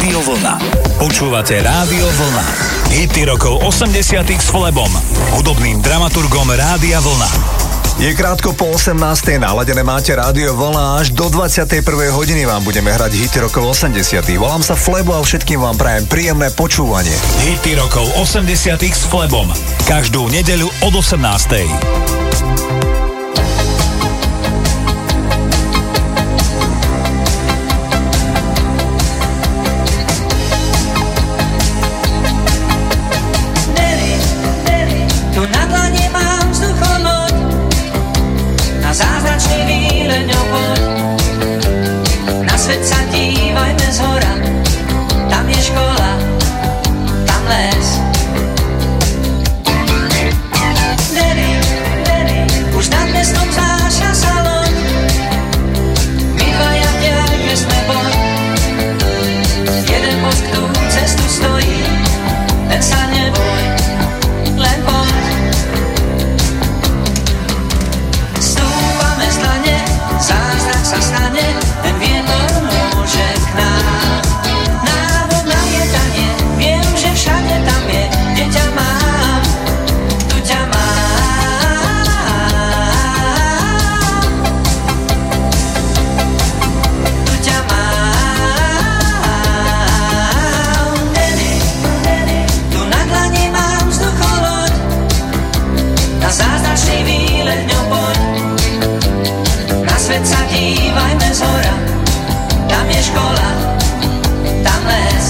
Rádio Vlna. Počúvate Rádio Vlna. Hity rokov 80 s Flebom, hudobným dramaturgom Rádia Vlna. Je krátko po 18. Naladené máte Rádio Vlna, až do 21. hodiny vám budeme hrať hity rokov 80. Volám sa Flebo a všetkým vám prajem príjemné počúvanie. Hity rokov 80 s Flebom. Každú nedeľu od 18. Svet sa dívajme zhora, tam je škola, tam les. Deli, už nad mestom znáša sa loď, my dvaja v diaľke sme bol. Jeden mozg tú cestu stojí, ten sa neboj, len poď. Stúpame z dlane, zázrak sa stane, ten vietor môže k nám. Návod na lietanie, viem, že všade tam je, kde ťa mám, tu ťa mám. Tu ťa mám. Deli, tu na dlani mám vzducholoď, na zázračný výlet ňou poď. Na svet sa dívajme zhora, tam je škola, tam les.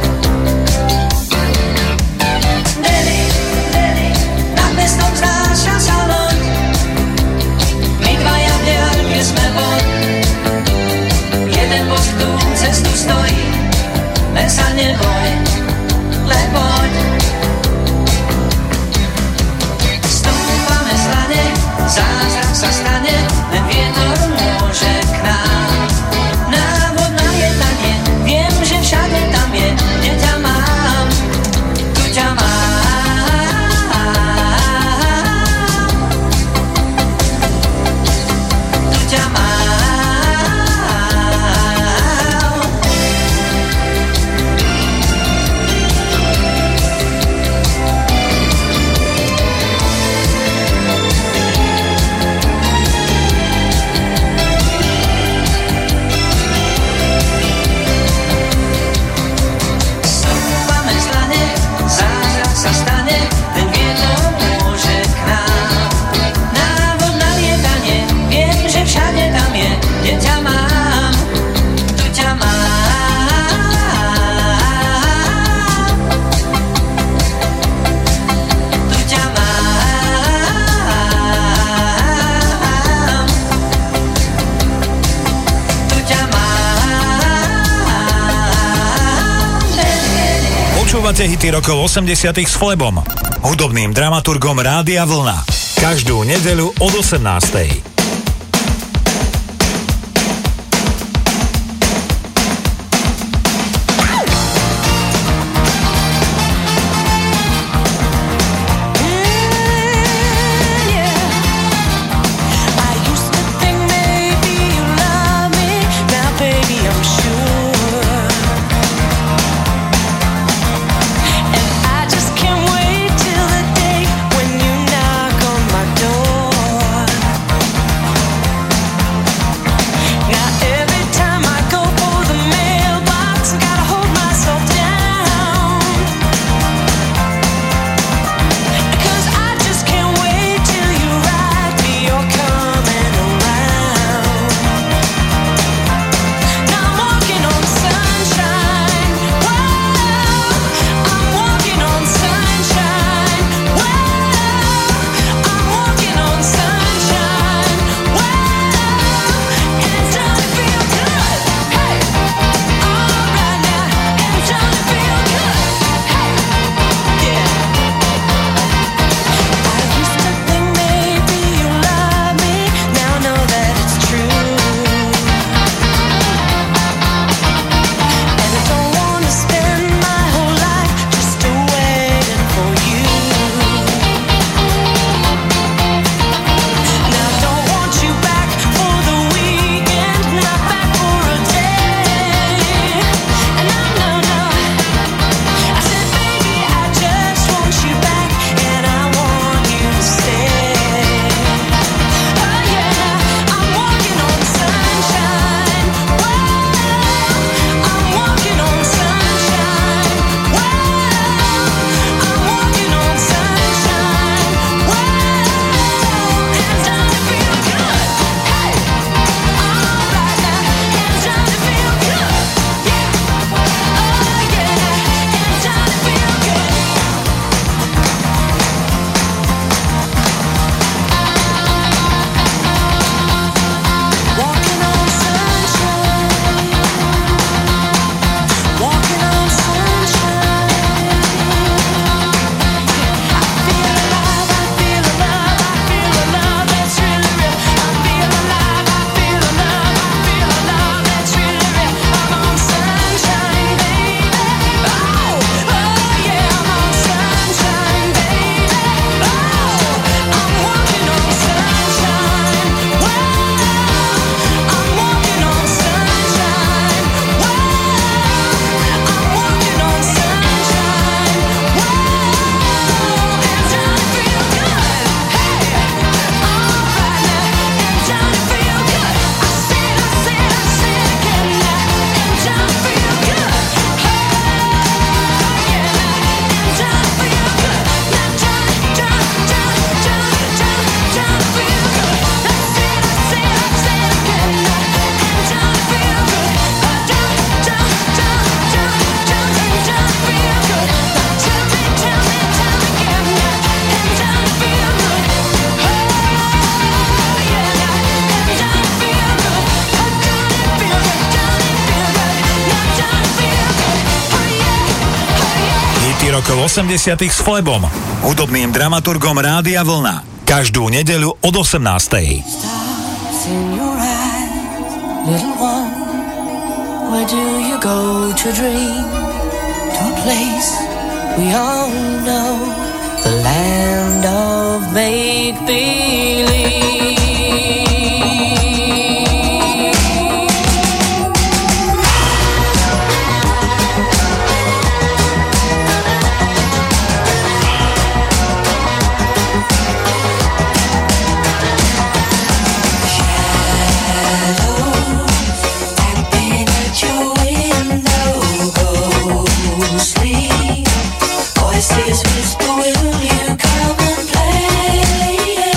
Deli, nad mestom znáša sa loď, my dvaja v diaľke sme bod. Jeden boh tú cestu stojí, len sa neboj, len poď. Stúpame z dlane, zázrak sa stane, len vietor môže k nám. Návod na lietanie, viem, že všade tam je, kde ťa mám, tu ťa mám. Tu ťa mám. Počúvate hity rokov 80 s Flebom, hudobným dramaturgom Rádia Vlna. Každú nedeľu od 18. Till the day when you knock on my door. rokov 80 s Flebom, hudobným dramaturgom Rádia Vlna. Každú nedeľu od 18. Stars in your eyes, little one. Where do you go to dream? To a place we all know, the land of make-believe. Voices whisper, will you come and play?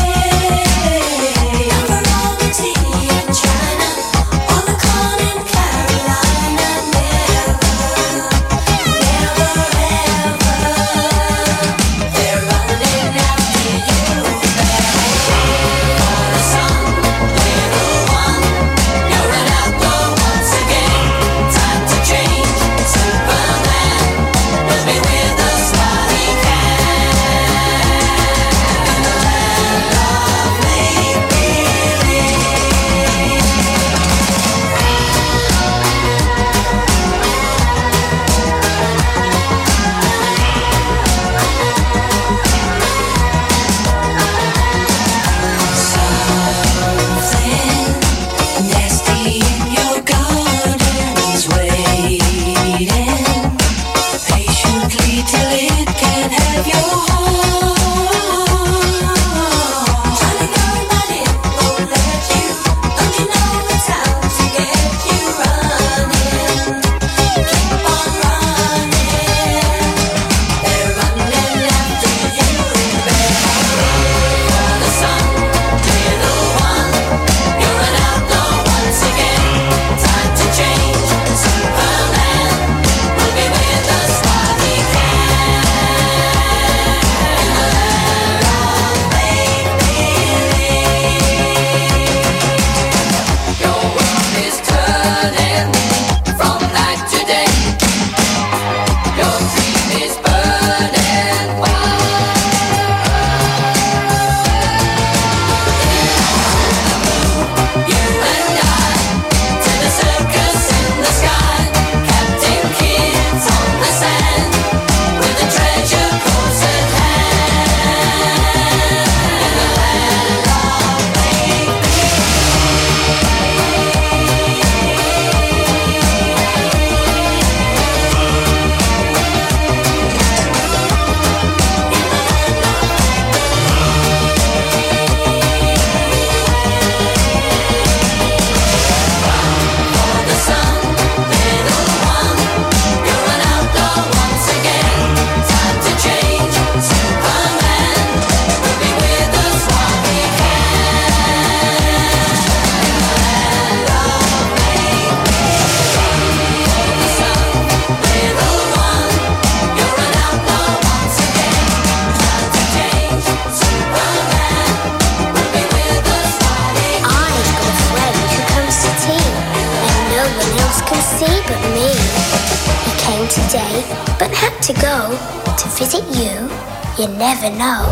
today, but had to go to visit you. You never know.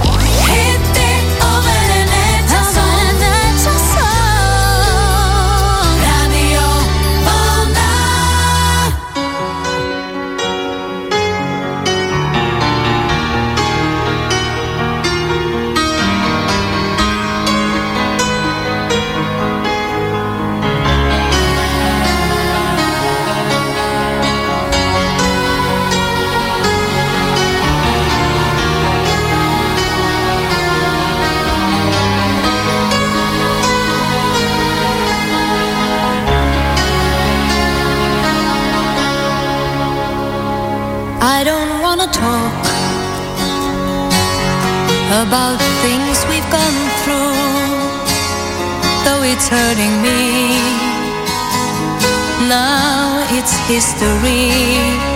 I don't wanna talk about things we've gone through, though it's hurting me. Now it's history.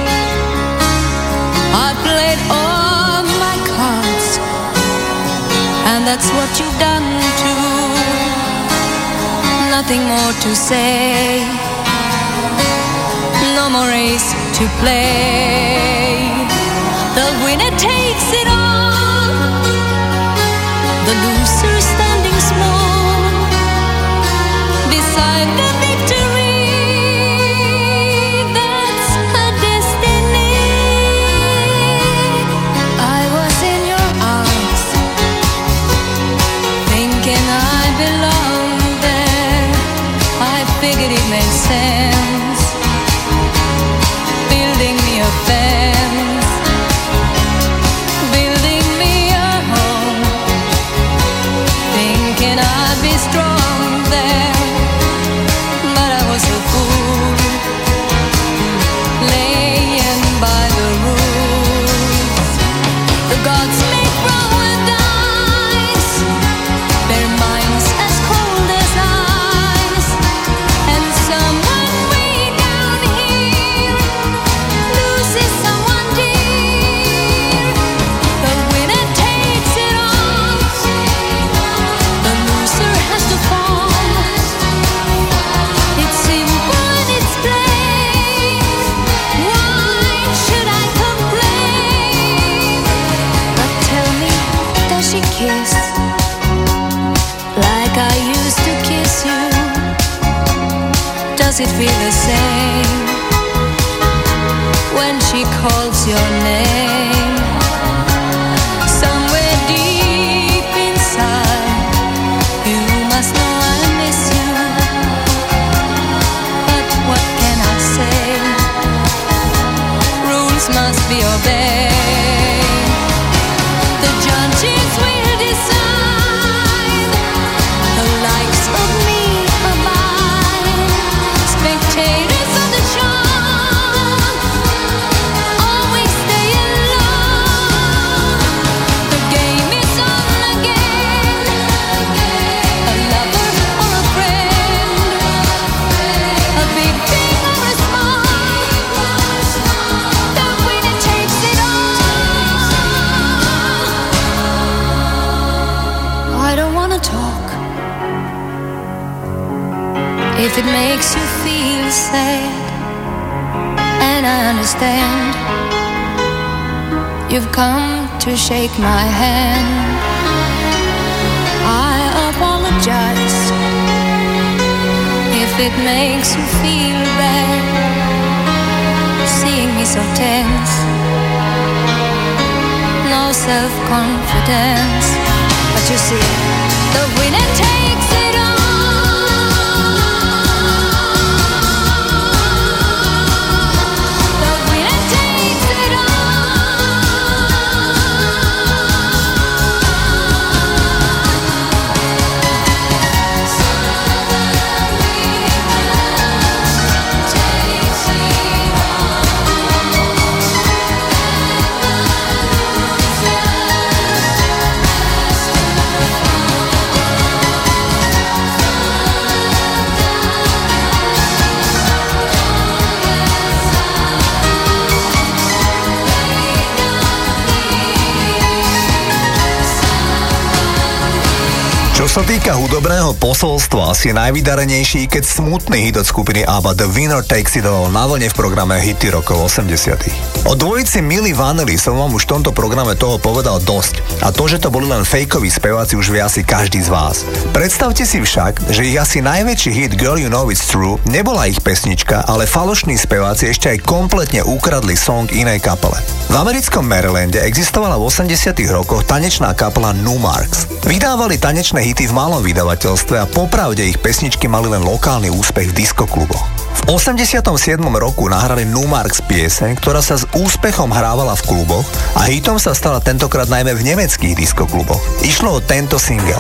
I played all my cards, and that's what you've done too. Nothing more to say, no more race to play. The takes it all, the loser standing small beside the victory. That's her destiny. I was in your arms, thinking I belonged there. I figured it made sense, building me a fence, building me a home, thinking I'd be strong there. But I was a fool, laying by the rules. The gods make paradise, their minds as cold as ice, and someone way down here loses someone dear. The winner takes it all, the loser has to fall. It's simple and it's plain. Why should I complain? But tell me, does she kiss like I used to kiss you? Does it feel the same when she calls your name? Somewhere deep inside, you must know I miss you. But what can I say? Rules must be obeyed. The judges will decide, the likes of me are mine. Spectators of the show always stay alone. The game is on again, a lover or a friend, a big thing or a small, the winner takes it all. I don't wanna talk if it makes you feel sad, and I understand. You've come to shake my hand. I apologize if it makes you feel bad, seeing me so tense, no self-confidence. But you see, the winner takes it all. The winner takes it Čo sa týka hudobného posolstva, asi je najvydarenejší, keď smutný hit od skupiny ABBA The Winner Takes It All na vlne v programe Hity rokov 80. O dvojici Milli Vanilli som vám už v tomto programe toho povedal dosť, a to, že to boli len fejkoví speváci, už vie asi každý z vás. Predstavte si však, že ich asi najväčší hit Girl You Know It's True nebola ich pesnička, ale falošní speváci ešte aj kompletne ukradli song inej kapele. V americkom Marylande existovala v 80. rokoch tanečná kapela Numarx. Vydávali tanečné hity v malom vydavateľstve a popravde ich pesničky mali len lokálny úspech v diskokluboch. V 87. roku nahrali Numarx pieseň, ktorá sa s úspechom hrávala v kluboch, a hitom sa stala tentokrát najmä v nemeckých diskokluboch. Išlo o tento single.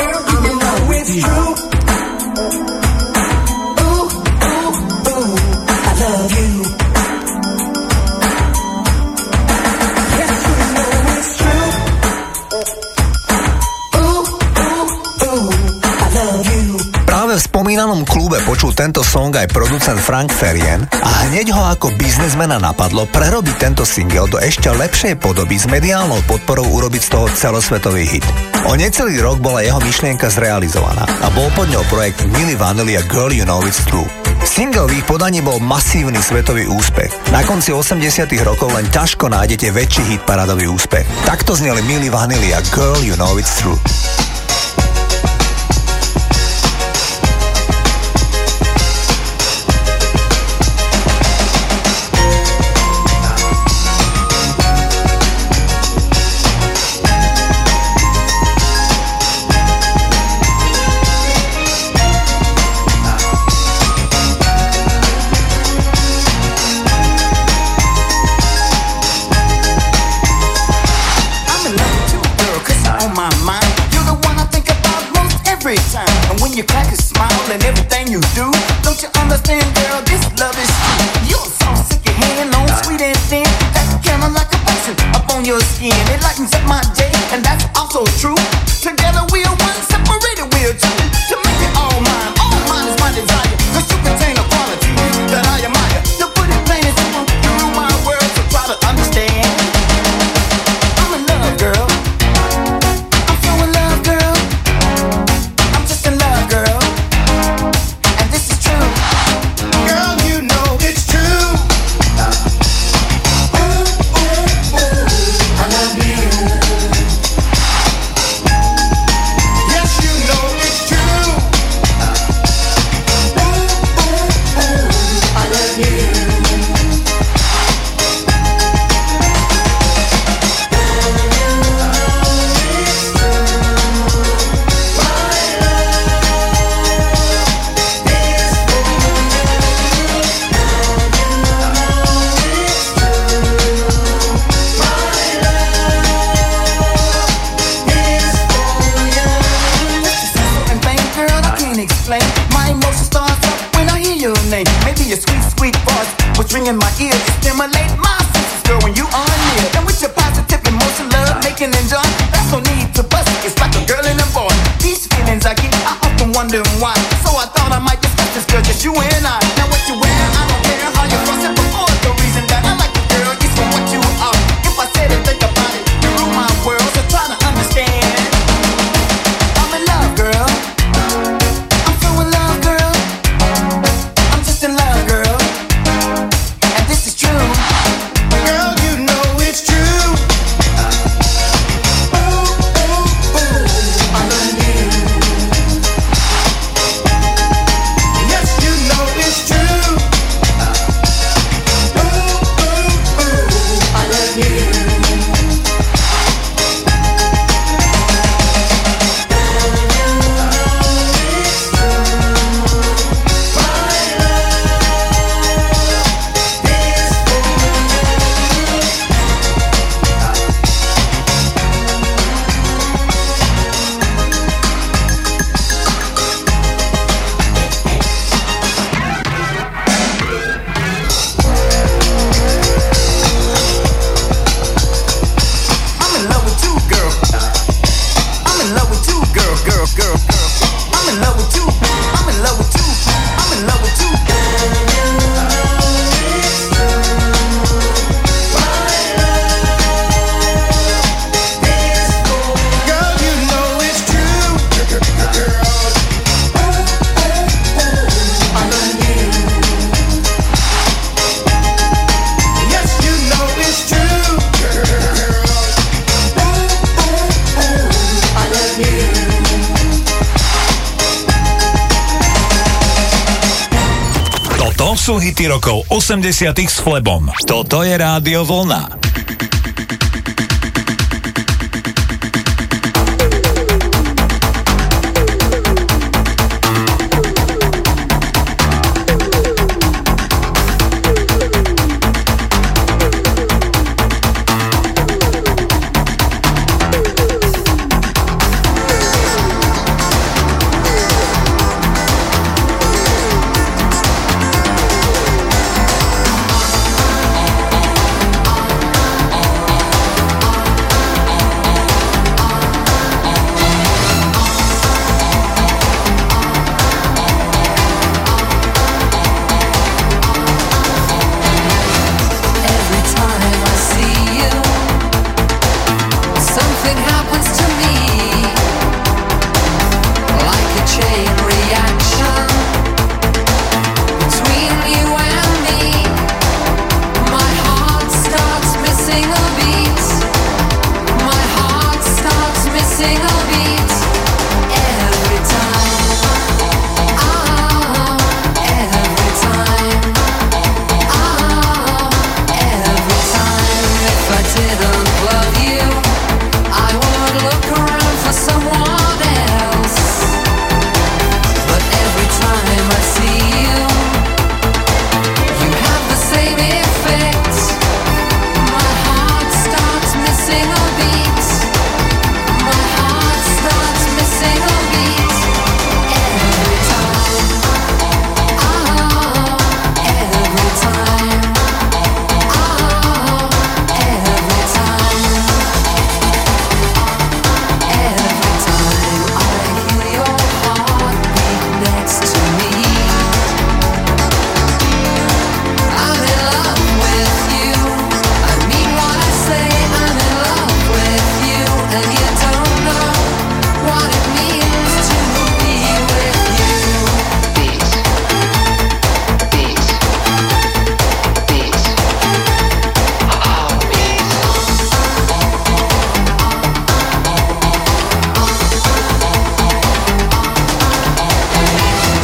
Práve v spomínanom klube počul tento song aj producent Frank Ferien a hneď ho ako biznesmena napadlo prerobiť tento single do ešte lepšej podoby s mediálnou podporou urobiť z toho celosvetový hit. O necelý rok bola jeho myšlienka zrealizovaná a bol pod ňou projekt Milli Vanilli a Girl You Know It's True. Single v ich podaní bol masívny svetový úspech. Na konci 80 rokov len ťažko nájdete väčší hit paradový úspech. Takto zneli Milli Vanilli a Girl, You Know It's True. You crack a smile and everything you do. Don't you understand, girl? This love is true. You're so sick, your hand on sweet and thin. That camera like a passion up on your skin. It lightens up my day, and that's also true. Together we are one, separated we are two. To make it all mine is my desire. Cause you contain a quality that I admire. To put it plain and simple, you rule my world, so try to understand. I'm in love, girl. I'm so in love, girl. I'm just in love, girl. And this is true. Girl, you know it's true. Ooh, ooh, ooh, I love you. Yes, you know it's true. Ooh, ooh, ooh, I love you. And babe, girl, I can't explain. My emotion starts up when I hear your name. Maybe your sweet, sweet voice was ringing my ears. Stimulate my senses, girl, when you are near. And with your positive emotion, love, making and joy, that's no need to bust it. It's like a girl and a boy. These feelings I get, I often wonder why. So I thought I might discuss this, girl, just you and I. Now what you wear, I don't care how you cross it before. The reason that I like you, girl, is for what you are. If I said and think about it, you rule my world, so try to understand. I'm in love, girl. I'm so in love, girl. I'm just in love, girl. And this is true. Girl, you know it's true. Ooh, ooh, ooh, I love you. Yes, you know it's true. Ooh, ooh, ooh, I love you. I'm in love with you, girl. I'm in love with you, girl, girl, girl, girl. I'm in love with you. I'm in love with you. I'm in love with you. Girl, you know it's true. Ooh, ooh, ooh, I love you. Yes, you know it's true. Ooh, ooh, ooh, I love you. Toto sú hity rokov 80 s Flebom. Toto je Rádio Vlna.